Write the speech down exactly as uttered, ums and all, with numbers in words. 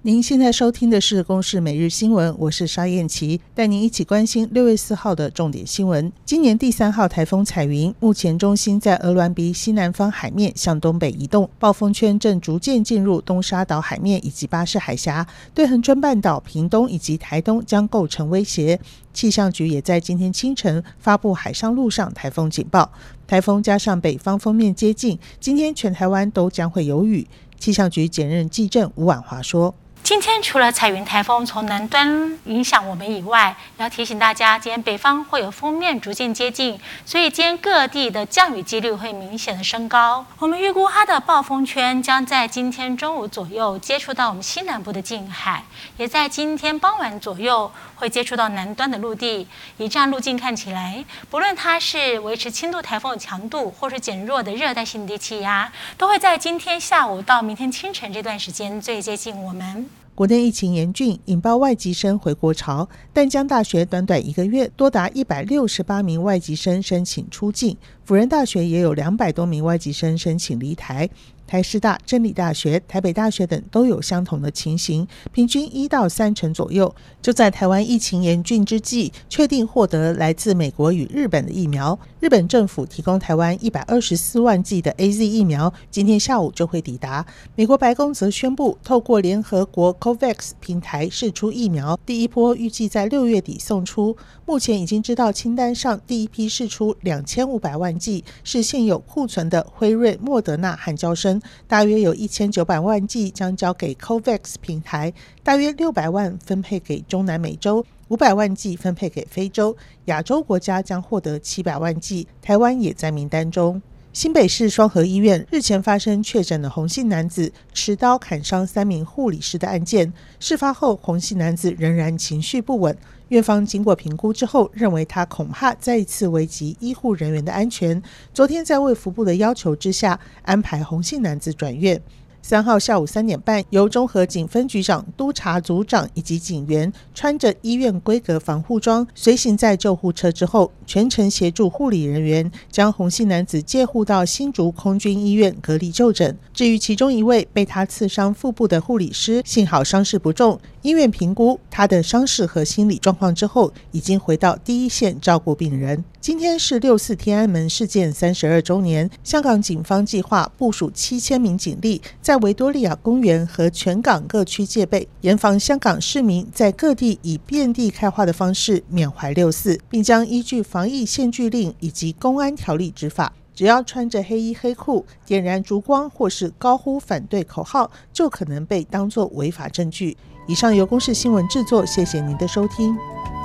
您现在收听的是公视每日新闻，我是沙燕琪，带您一起关心六月四号的重点新闻。今年第三号台风彩云，目前中心在鹅銮鼻西南方海面向东北移动，暴风圈正逐渐进入东沙岛海面以及巴士海峡，对恒春半岛、屏东以及台东将构成威胁。气象局也在今天清晨发布海上陆上台风警报，台风加上北方锋面接近，今天全台湾都将会有雨。气象局检任技正吴婉华说， 今天除了彩云台风从南端影响我们以外，也要提醒大家，今天北方会有锋面逐渐接近，所以今天各地的降雨几率会明显的升高。我们预估它的暴风圈将在今天中午左右接触到我们西南部的近海，也在今天傍晚左右会接触到南端的陆地。以这样路径看起来，不论它是维持轻度台风的强度，或是减弱的热带性低气压，都会在今天下午到明天清晨这段时间最接近我们。 国内疫情严峻，引爆外籍生回国潮。淡江大学短短一个月，多达一百六十八名外籍生申请出境，辅仁大学也有两百多名外籍生申请离台。台师大、真理大学、台北大学等都有相同的情形，平均一到三成左右。就在台湾疫情严峻之际，确定获得来自美国与日本的疫苗。日本政府提供台湾一百二十四万剂的 A Z 疫苗，今天下午就会抵达。美国白宫则宣布，透过联合国 COVAX 平台释出疫苗，第一波预计在六月底送出。目前已经知道清单上第一批释出两千五百万剂，是现有库存的辉瑞、莫德纳和嬌生。大约有一千九百万剂将交给 COVAX 平台，大约六百万分配给中南美洲，五百万剂分配给非洲，亚洲国家将获得七百万剂，台湾也在名单中。新北市双和医院日前发生确诊的洪姓男子持刀砍伤三名护理师的案件，事发后洪姓男子仍然情绪不稳，院方经过评估之后认为他恐怕再一次危及医护人员的安全，昨天在卫福部的要求之下安排洪姓男子转院。三号下午三点半，由中和警分局长、督察组长以及警员穿着医院规格防护装，随行在救护车之后，全程协助护理人员将洪姓男子介护到新竹空军医院隔离就诊。至于其中一位被他刺伤腹部的护理师，幸好伤势不重，医院评估他的伤势和心理状况之后，已经回到第一线照顾病人。今天是六四天安门事件三十二周年，香港警方计划部署七千名警力在维多利亚公园和全港各区戒备，严防香港市民在各地以遍地开花的方式缅怀六四，并将依据防疫限聚令以及公安条例执法。只要穿着黑衣黑裤，点燃烛光或是高呼反对口号，就可能被当作违法证据。以上由公视新闻制作，谢谢您的收听。